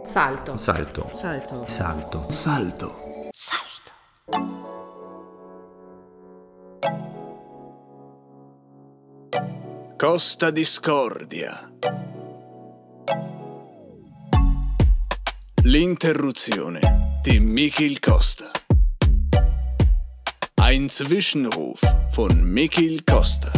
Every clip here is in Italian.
Salto. Salto. Salto. Salto. Salto. Salto. Costa Discordia. L'interruzione di Michiel Costa. Ein Zwischenruf von Michiel Costa.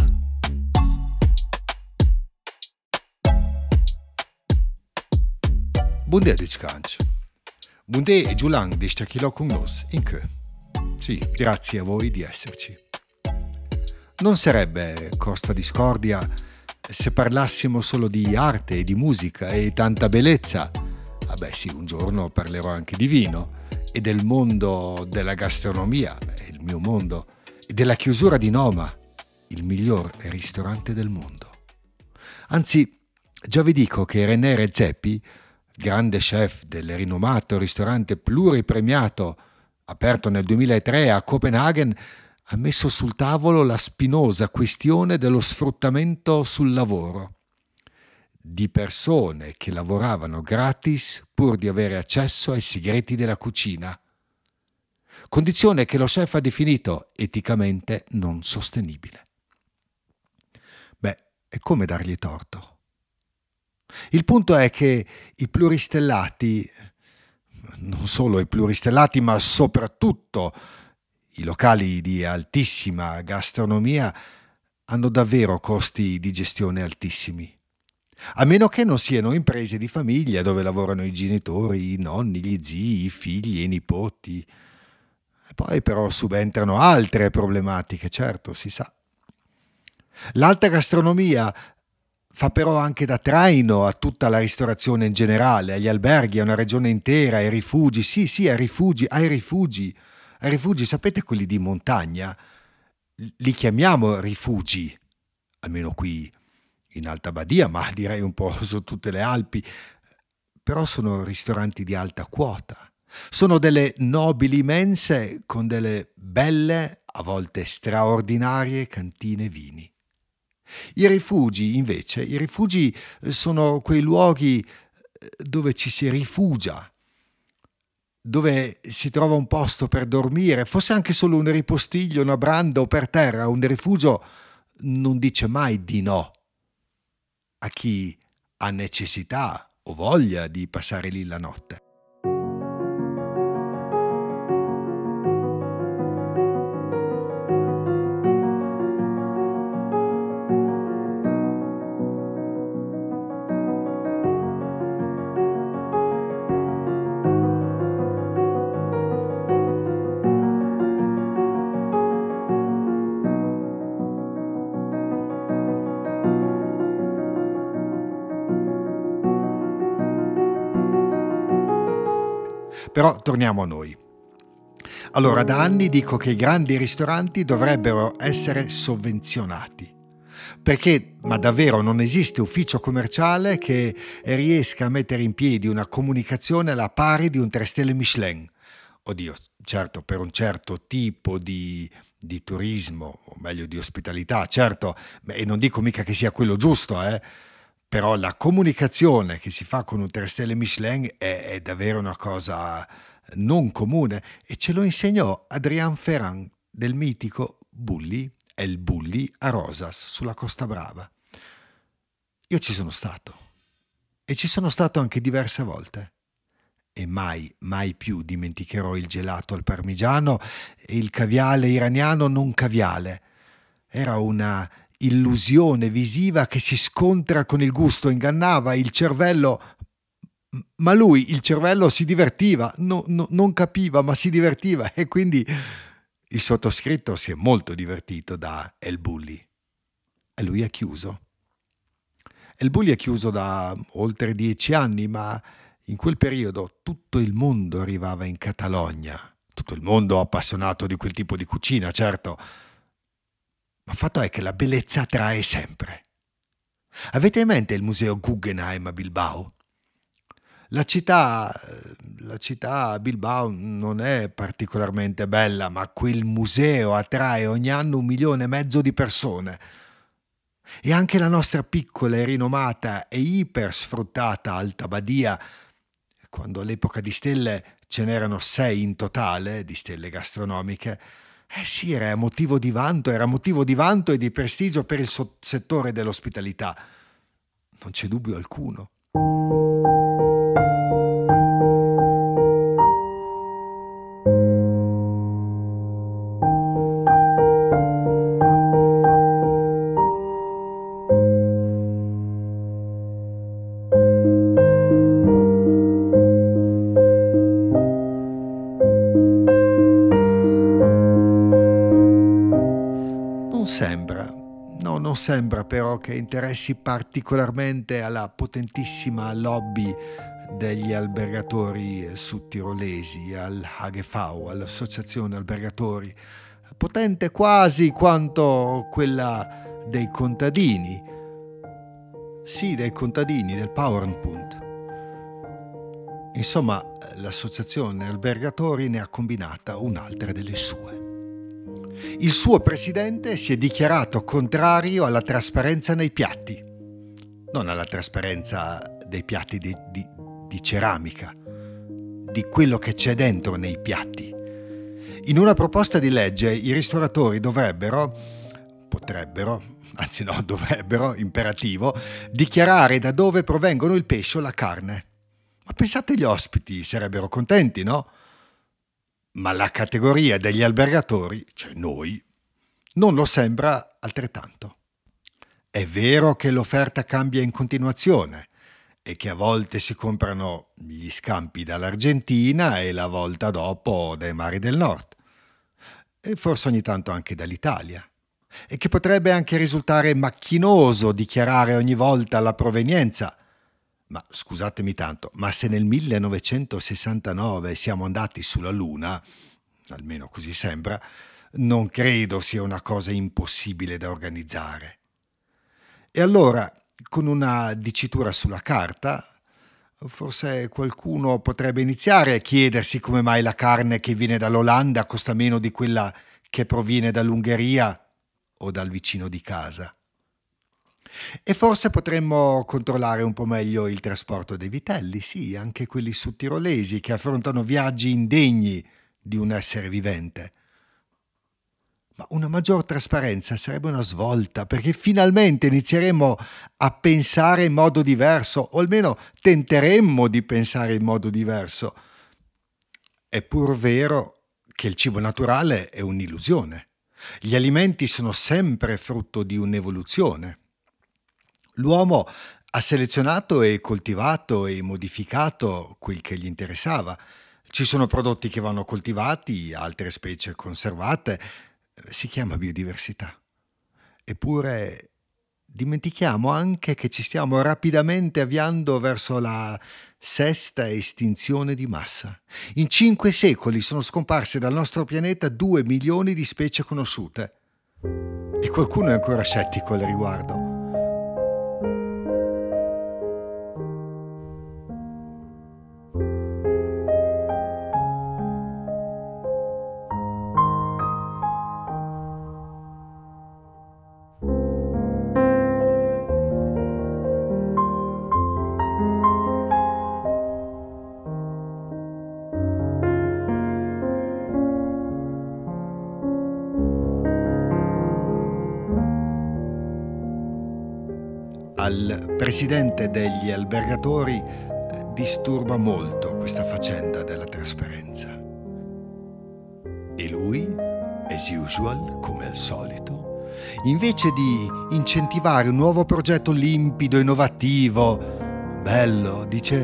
Bunde Ditschkanch. Bunde e Giulan di Stachilo con nos in che. Sì, grazie a voi di esserci. Non sarebbe Costa Discordia se parlassimo solo di arte e di musica e tanta bellezza. Vabbè sì, un giorno parlerò anche di vino e del mondo della gastronomia, il mio mondo, e della chiusura di Noma, il miglior ristorante del mondo. Anzi, già vi dico che René Redzepi, grande chef del rinomato ristorante pluripremiato aperto nel 2003 a Copenaghen, ha messo sul tavolo la spinosa questione dello sfruttamento sul lavoro, di persone che lavoravano gratis pur di avere accesso ai segreti della cucina, condizione che lo chef ha definito eticamente non sostenibile. Beh, è come dargli torto. Il punto è che i pluristellati, non solo i pluristellati, ma soprattutto i locali di altissima gastronomia, hanno davvero costi di gestione altissimi. A meno che non siano imprese di famiglia dove lavorano i genitori, i nonni, gli zii, i figli e i nipoti. E poi però subentrano altre problematiche, certo, si sa. L'alta gastronomia fa però anche da traino a tutta la ristorazione in generale, agli alberghi, a una regione intera, ai rifugi, sì, ai rifugi, sapete quelli di montagna? Li chiamiamo rifugi, almeno qui in Alta Badia, ma direi un po' su tutte le Alpi, però sono ristoranti di alta quota. Sono delle nobili mense con delle belle, a volte straordinarie cantine vini. I rifugi sono quei luoghi dove ci si rifugia, dove si trova un posto per dormire, fosse anche solo un ripostiglio, una branda o per terra. Un rifugio non dice mai di no a chi ha necessità o voglia di passare lì la notte. Però torniamo a noi. Allora, da anni dico che i grandi ristoranti dovrebbero essere sovvenzionati. Perché, ma davvero, non esiste ufficio commerciale che riesca a mettere in piedi una comunicazione alla pari di un 3 stelle Michelin. Oddio, certo, per un certo tipo di turismo, o meglio di ospitalità, certo, e non dico mica che sia quello giusto, però la comunicazione che si fa con un 3 stelle Michelin è davvero una cosa non comune, e ce lo insegnò Adrián Ferrand del mitico Bulli, El Bulli a Rosas, sulla Costa Brava. Io ci sono stato, e ci sono stato anche diverse volte, e mai più dimenticherò il gelato al parmigiano e il caviale iraniano non caviale. Era una illusione visiva che si scontra con il gusto, ingannava il cervello, ma lui, il cervello, si divertiva, non capiva, ma si divertiva, e quindi il sottoscritto si è molto divertito da El Bulli, e lui ha chiuso. El Bulli è chiuso da oltre 10 anni, ma in quel periodo tutto il mondo arrivava in Catalogna, tutto il mondo appassionato di quel tipo di cucina, certo. Ma il fatto è che la bellezza attrae sempre. Avete in mente il museo Guggenheim a Bilbao? La città Bilbao non è particolarmente bella, ma quel museo attrae ogni anno 1,5 milioni di persone. E anche la nostra piccola e rinomata e iper sfruttata Alta Badia quando all'epoca di stelle ce n'erano 6 in totale, di stelle gastronomiche, sì, era motivo di vanto e di prestigio per il settore dell'ospitalità. Non c'è dubbio alcuno. Non sembra però che interessi particolarmente alla potentissima lobby degli albergatori sudtirolesi, al HGV, all'Associazione Albergatori, potente quasi quanto quella dei contadini. Sì, dei contadini, del Bauernbund. Insomma, l'Associazione Albergatori ne ha combinata un'altra delle sue. Il suo presidente si è dichiarato contrario alla trasparenza nei piatti, non alla trasparenza dei piatti di ceramica, di quello che c'è dentro nei piatti. In una proposta di legge i ristoratori dovrebbero, imperativo, dichiarare da dove provengono il pesce o la carne. Ma pensate, gli ospiti sarebbero contenti, no? Ma la categoria degli albergatori, cioè noi, non lo sembra altrettanto. È vero che l'offerta cambia in continuazione e che a volte si comprano gli scampi dall'Argentina e la volta dopo dai mari del nord, e forse ogni tanto anche dall'Italia, e che potrebbe anche risultare macchinoso dichiarare ogni volta la provenienza. Ma scusatemi tanto, ma se nel 1969 siamo andati sulla Luna, almeno così sembra, non credo sia una cosa impossibile da organizzare. E allora, con una dicitura sulla carta, forse qualcuno potrebbe iniziare a chiedersi come mai la carne che viene dall'Olanda costa meno di quella che proviene dall'Ungheria o dal vicino di casa. E forse potremmo controllare un po' meglio il trasporto dei vitelli, sì, anche quelli sudtirolesi che affrontano viaggi indegni di un essere vivente. Ma una maggior trasparenza sarebbe una svolta, perché finalmente inizieremo a pensare in modo diverso, o almeno tenteremmo di pensare in modo diverso. È pur vero che il cibo naturale è un'illusione. Gli alimenti sono sempre frutto di un'evoluzione. L'uomo ha selezionato e coltivato e modificato quel che gli interessava. Ci sono prodotti che vanno coltivati, altre specie conservate. Si chiama biodiversità. Eppure dimentichiamo anche che ci stiamo rapidamente avviando verso la 6ª estinzione di massa. In 5 secoli sono scomparse dal nostro pianeta 2 milioni di specie conosciute. E qualcuno è ancora scettico al riguardo. Al presidente degli albergatori disturba molto questa faccenda della trasparenza. E lui, as usual, come al solito, invece di incentivare un nuovo progetto limpido, innovativo, bello, dice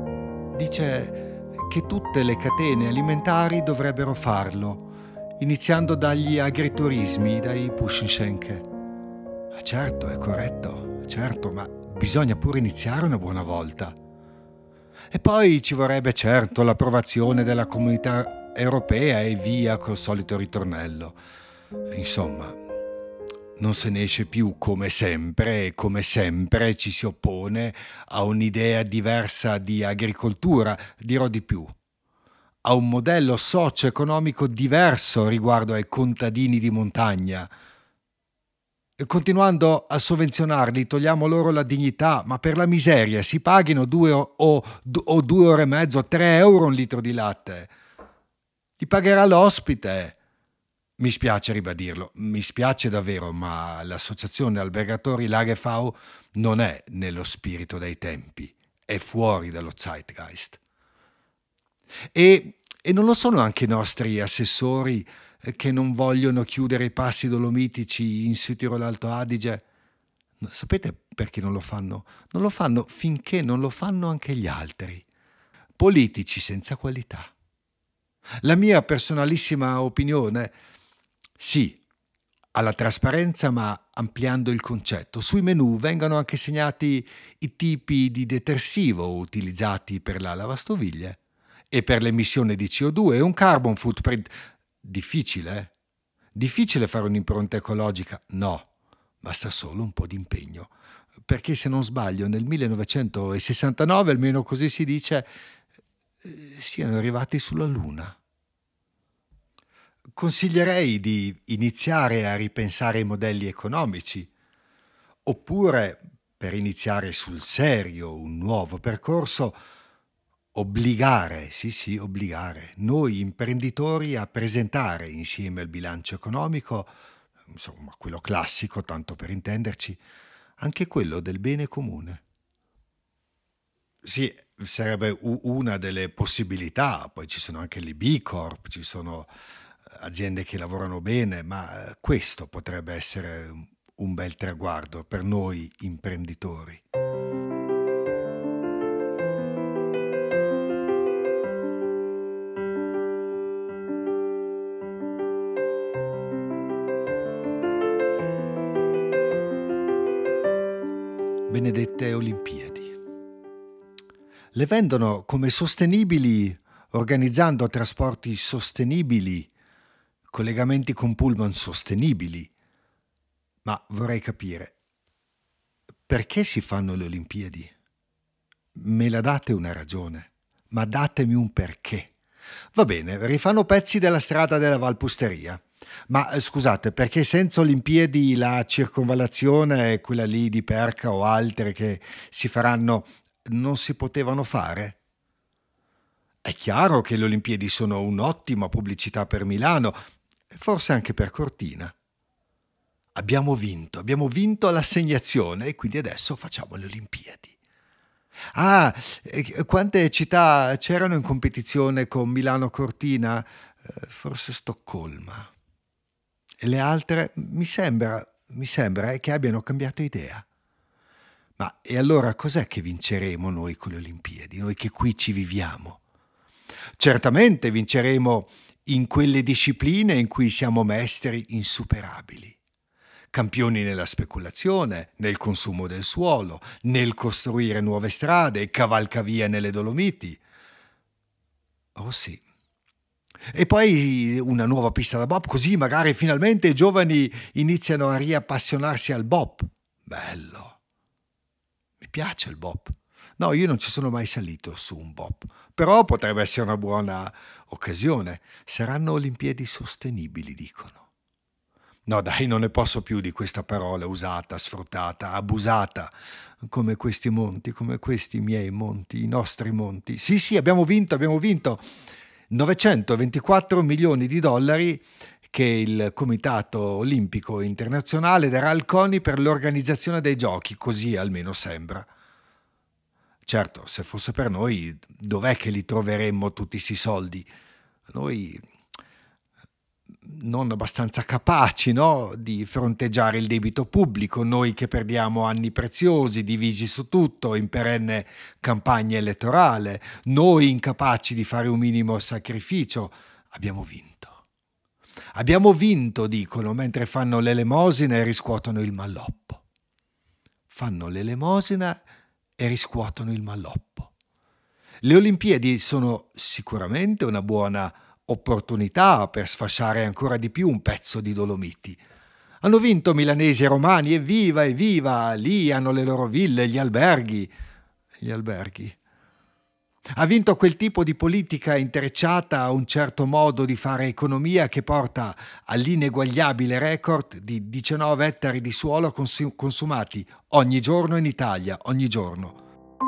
che tutte le catene alimentari dovrebbero farlo, iniziando dagli agriturismi, dai Puschenschenke. Certo, è corretto. Certo, ma bisogna pure iniziare una buona volta. E poi ci vorrebbe certo l'approvazione della Comunità Europea e via col solito ritornello. Insomma, non se ne esce più come sempre, e come sempre ci si oppone a un'idea diversa di agricoltura, dirò di più, a un modello socio-economico diverso riguardo ai contadini di montagna. Continuando a sovvenzionarli togliamo loro la dignità, ma per la miseria si paghino 2 o 2 ore e mezzo, 3 euro un litro di latte. Li pagherà l'ospite. Mi spiace ribadirlo, mi spiace davvero, ma l'associazione albergatori Lagerfrau non è nello spirito dei tempi, è fuori dallo Zeitgeist. E non lo sono anche i nostri assessori che non vogliono chiudere i passi dolomitici in Südtirol Alto Adige? Sapete perché non lo fanno? Non lo fanno finché non lo fanno anche gli altri. Politici senza qualità. La mia personalissima opinione, sì, alla trasparenza, ma ampliando il concetto. Sui menù vengano anche segnati i tipi di detersivo utilizzati per la lavastoviglie e per l'emissione di CO2 e un carbon footprint. Difficile, eh? Difficile fare un'impronta ecologica? No, basta solo un po' di impegno. Perché se non sbaglio nel 1969, almeno così si dice, siano arrivati sulla Luna. Consiglierei di iniziare a ripensare i modelli economici, oppure, per iniziare sul serio un nuovo percorso, obbligare noi imprenditori a presentare insieme al bilancio economico, insomma quello classico, tanto per intenderci, anche quello del bene comune. Sì, sarebbe una delle possibilità, poi ci sono anche le B Corp, ci sono aziende che lavorano bene, ma questo potrebbe essere un bel traguardo per noi imprenditori. Benedette Olimpiadi. Le vendono come sostenibili, organizzando trasporti sostenibili, collegamenti con pullman sostenibili. Ma vorrei capire, perché si fanno le Olimpiadi? Me la date una ragione, ma datemi un perché. Va bene, rifanno pezzi della strada della Valpusteria. Ma scusate, perché senza Olimpiadi la circonvallazione, quella lì di Perca o altre che si faranno, non si potevano fare? È chiaro che le Olimpiadi sono un'ottima pubblicità per Milano e forse anche per Cortina. Abbiamo vinto l'assegnazione e quindi adesso facciamo le Olimpiadi. Ah, quante città c'erano in competizione con Milano-Cortina? Forse Stoccolma. E le altre mi sembra che abbiano cambiato idea. Ma e allora cos'è che vinceremo noi con le Olimpiadi, noi che qui ci viviamo? Certamente vinceremo in quelle discipline in cui siamo mestri insuperabili. Campioni nella speculazione, nel consumo del suolo, nel costruire nuove strade, cavalcavia nelle Dolomiti. Oh sì. E poi una nuova pista da bob, così magari finalmente i giovani iniziano a riappassionarsi al bob. Bello. Mi piace il bob. No, io non ci sono mai salito su un bob, però potrebbe essere una buona occasione. Saranno Olimpiadi sostenibili, dicono. No dai, non ne posso più di questa parola usata, sfruttata, abusata, come questi monti, come questi miei monti, i nostri monti. Sì, abbiamo vinto. 924 milioni di dollari che il Comitato Olimpico Internazionale darà al CONI per l'organizzazione dei giochi, così almeno sembra. Certo, se fosse per noi, dov'è che li troveremmo tutti questi soldi? Noi non abbastanza capaci, no? Di fronteggiare il debito pubblico, noi che perdiamo anni preziosi, divisi su tutto, in perenne campagna elettorale, noi incapaci di fare un minimo sacrificio. Abbiamo vinto, dicono, mentre fanno l'elemosina e riscuotono il malloppo. Fanno l'elemosina e riscuotono il malloppo. Le Olimpiadi sono sicuramente una buona opportunità per sfasciare ancora di più un pezzo di Dolomiti. Hanno vinto milanesi e romani, evviva, lì hanno le loro ville, gli alberghi. Ha vinto quel tipo di politica intrecciata a un certo modo di fare economia che porta all'ineguagliabile record di 19 ettari di suolo consumati ogni giorno in Italia, ogni giorno.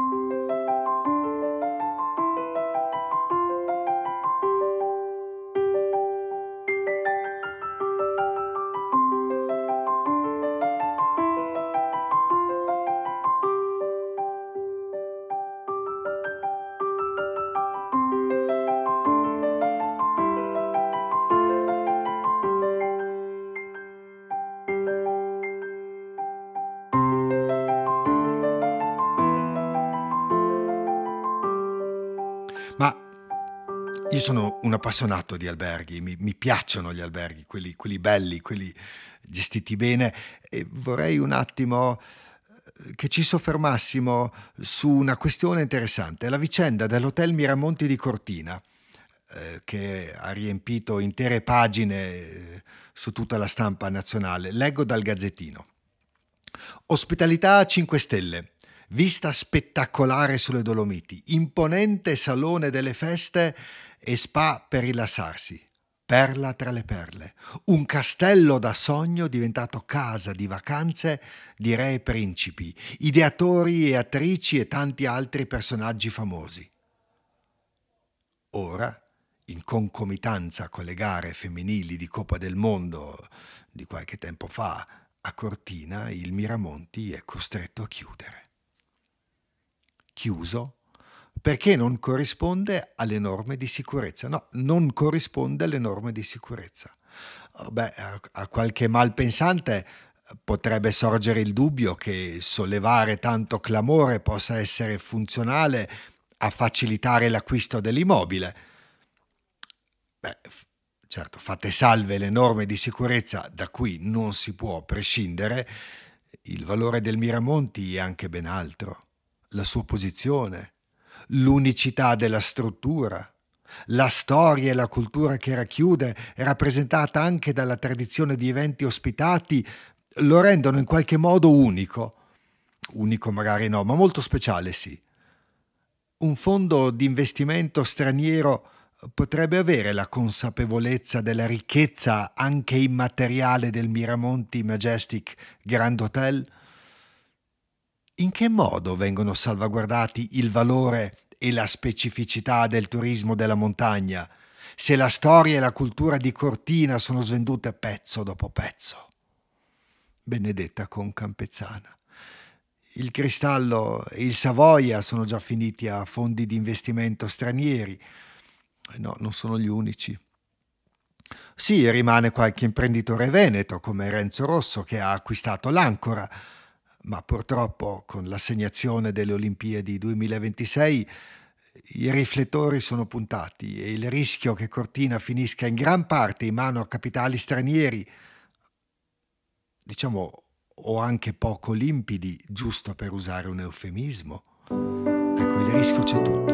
Ma io sono un appassionato di alberghi, mi piacciono gli alberghi, quelli belli, quelli gestiti bene, e vorrei un attimo che ci soffermassimo su una questione interessante, la vicenda dell'Hotel Miramonti di Cortina, che ha riempito intere pagine su tutta la stampa nazionale. Leggo dal Gazzettino. Ospitalità a 5 stelle. Vista spettacolare sulle Dolomiti, imponente salone delle feste e spa per rilassarsi. Perla tra le perle, un castello da sogno diventato casa di vacanze di re e principi, ideatori e attrici e tanti altri personaggi famosi. Ora, in concomitanza con le gare femminili di Coppa del Mondo di qualche tempo fa a Cortina, il Miramonti è costretto a chiudere. Chiuso perché non corrisponde alle norme di sicurezza. No, non corrisponde alle norme di sicurezza. A qualche malpensante potrebbe sorgere il dubbio che sollevare tanto clamore possa essere funzionale a facilitare l'acquisto dell'immobile. Certo, fatte salve le norme di sicurezza da cui non si può prescindere, il valore del Miramonti è anche ben altro. La sua posizione, l'unicità della struttura, la storia e la cultura che racchiude, rappresentata anche dalla tradizione di eventi ospitati, lo rendono in qualche modo unico. Unico magari no, ma molto speciale sì. Un fondo di investimento straniero potrebbe avere la consapevolezza della ricchezza anche immateriale del Miramonti Majestic Grand Hotel? In che modo vengono salvaguardati il valore e la specificità del turismo della montagna, se la storia e la cultura di Cortina sono svendute pezzo dopo pezzo? Benedetta con Campezzana. Il Cristallo e il Savoia sono già finiti a fondi di investimento stranieri. No, non sono gli unici. Sì, rimane qualche imprenditore veneto come Renzo Rosso che ha acquistato l'Ancora, ma purtroppo con l'assegnazione delle Olimpiadi 2026 i riflettori sono puntati e il rischio che Cortina finisca in gran parte in mano a capitali stranieri, diciamo, o anche poco limpidi, giusto per usare un eufemismo. Ecco, il rischio c'è tutto.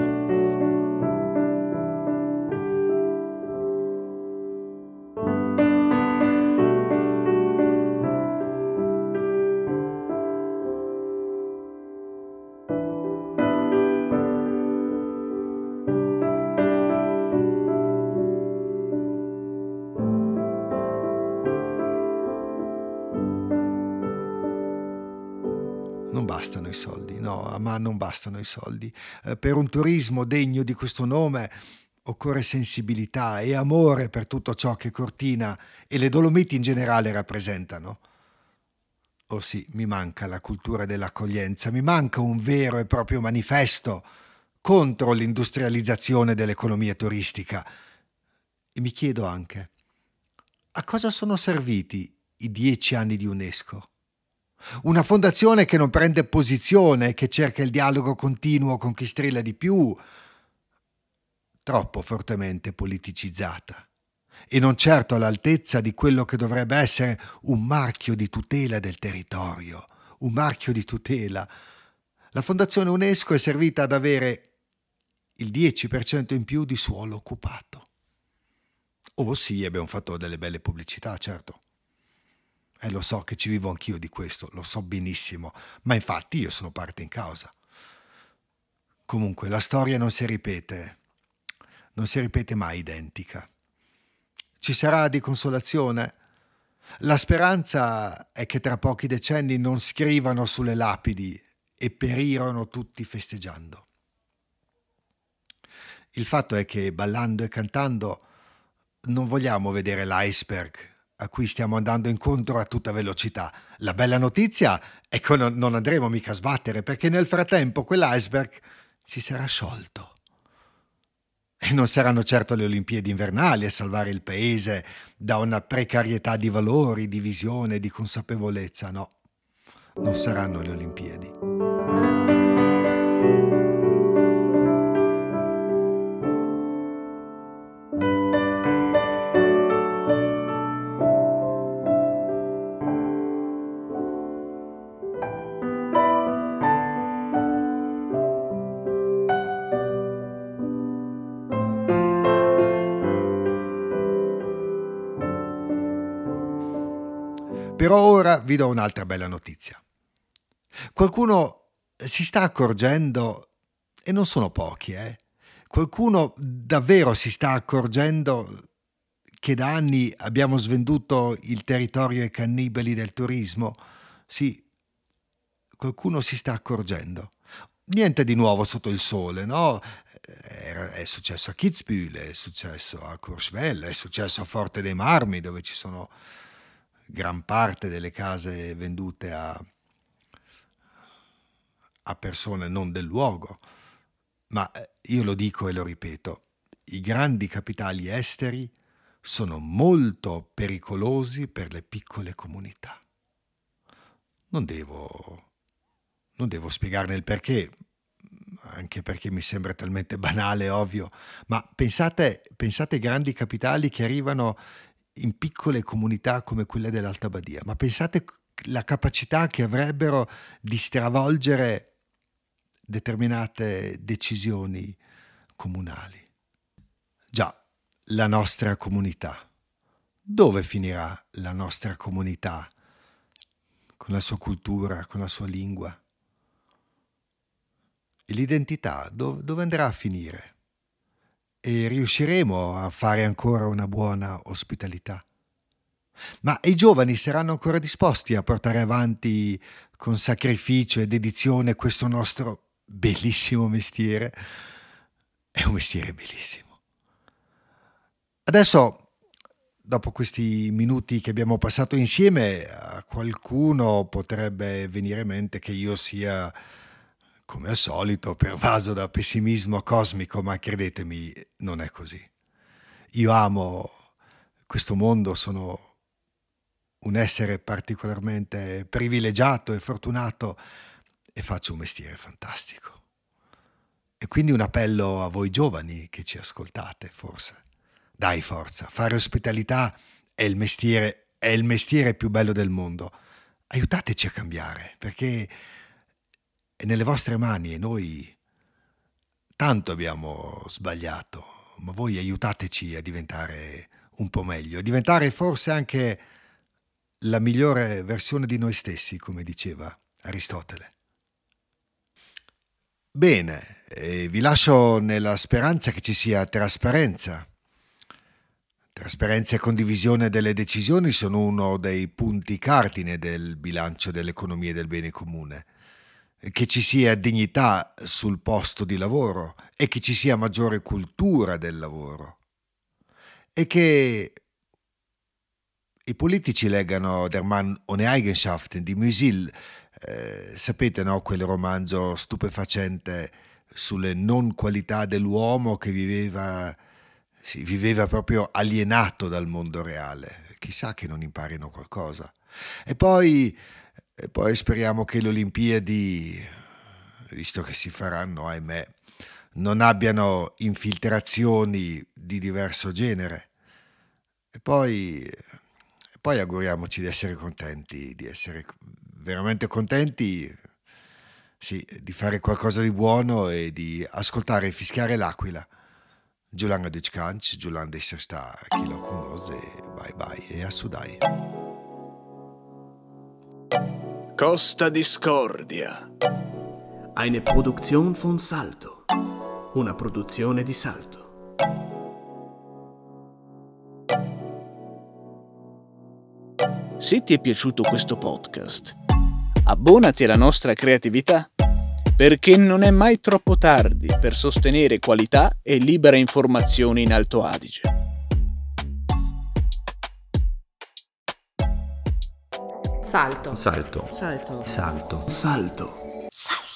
Non bastano i soldi, no, ma non bastano i soldi. Per un turismo degno di questo nome occorre sensibilità e amore per tutto ciò che Cortina e le Dolomiti in generale rappresentano. Oh sì, mi manca la cultura dell'accoglienza, mi manca un vero e proprio manifesto contro l'industrializzazione dell'economia turistica. E mi chiedo anche, a cosa sono serviti i 10 anni di UNESCO? Una fondazione che non prende posizione, che cerca il dialogo continuo con chi strilla di più, troppo fortemente politicizzata e non certo all'altezza di quello che dovrebbe essere un marchio di tutela del territorio, un marchio di tutela. La Fondazione UNESCO è servita ad avere il 10% in più di suolo occupato. Oh sì, abbiamo fatto delle belle pubblicità, certo. E lo so che ci vivo anch'io di questo, lo so benissimo, ma infatti io sono parte in causa. Comunque, la storia non si ripete mai identica. Ci sarà di consolazione? La speranza è che tra pochi decenni non scrivano sulle lapidi e perirono tutti festeggiando. Il fatto è che ballando e cantando non vogliamo vedere l'iceberg a cui stiamo andando incontro a tutta velocità. La bella notizia è che non andremo mica a sbattere, perché nel frattempo quell'iceberg si sarà sciolto. E non saranno certo le Olimpiadi invernali a salvare il paese da una precarietà di valori, di visione, di consapevolezza. No, non saranno le Olimpiadi. Però ora vi do un'altra bella notizia. Qualcuno si sta accorgendo, e non sono pochi, qualcuno davvero si sta accorgendo che da anni abbiamo svenduto il territorio ai cannibali del turismo? Sì, qualcuno si sta accorgendo. Niente di nuovo sotto il sole, no? È successo a Kitzbühel, è successo a Courchevel, è successo a Forte dei Marmi, dove ci sono gran parte delle case vendute a persone non del luogo. Ma io lo dico e lo ripeto, i grandi capitali esteri sono molto pericolosi per le piccole comunità. Non devo spiegarne il perché, anche perché mi sembra talmente banale e ovvio, ma pensate ai grandi capitali che arrivano in piccole comunità come quelle dell'Alta Badia, ma pensate la capacità che avrebbero di stravolgere determinate decisioni comunali. Già, la nostra comunità. Dove finirà la nostra comunità? Con la sua cultura, con la sua lingua? E l'identità dove andrà a finire? E riusciremo a fare ancora una buona ospitalità? Ma i giovani saranno ancora disposti a portare avanti con sacrificio e dedizione questo nostro bellissimo mestiere? È un mestiere bellissimo. Adesso, dopo questi minuti che abbiamo passato insieme, a qualcuno potrebbe venire in mente che io sia, come al solito, pervaso da pessimismo cosmico, ma credetemi, non è così. Io amo questo mondo, sono un essere particolarmente privilegiato e fortunato e faccio un mestiere fantastico. E quindi un appello a voi giovani che ci ascoltate, forse. Dai, forza, fare ospitalità è il mestiere più bello del mondo. Aiutateci a cambiare, perché è nelle vostre mani e noi tanto abbiamo sbagliato, ma voi aiutateci a diventare un po' meglio, a diventare forse anche la migliore versione di noi stessi, come diceva Aristotele. Bene, vi lascio nella speranza che ci sia trasparenza. Trasparenza e condivisione delle decisioni sono uno dei punti cardine del bilancio dell'economia del bene comune. Che ci sia dignità sul posto di lavoro e che ci sia maggiore cultura del lavoro. E che i politici leggano Der Mann ohne Eigenschaften di Musil, sapete, no? Quel romanzo stupefacente sulle non qualità dell'uomo che viveva proprio alienato dal mondo reale. Chissà che non imparino qualcosa. E poi speriamo che le Olimpiadi, visto che si faranno, ahimè, non abbiano infiltrazioni di diverso genere. E poi auguriamoci di essere contenti, di essere veramente contenti, sì, di fare qualcosa di buono e di ascoltare e fischiare l'aquila. Giulan Adiccanci, Giulan de Sesta, chi lo conosce, bye bye e a Sudai. Costa Discordia. Eine Produktion von Salto. Una produzione di Salto. Se ti è piaciuto questo podcast, abbonati alla nostra creatività, perché non è mai troppo tardi per sostenere qualità e libera informazione in Alto Adige. Salto. Salto. Salto. Salto. Salto. Salto.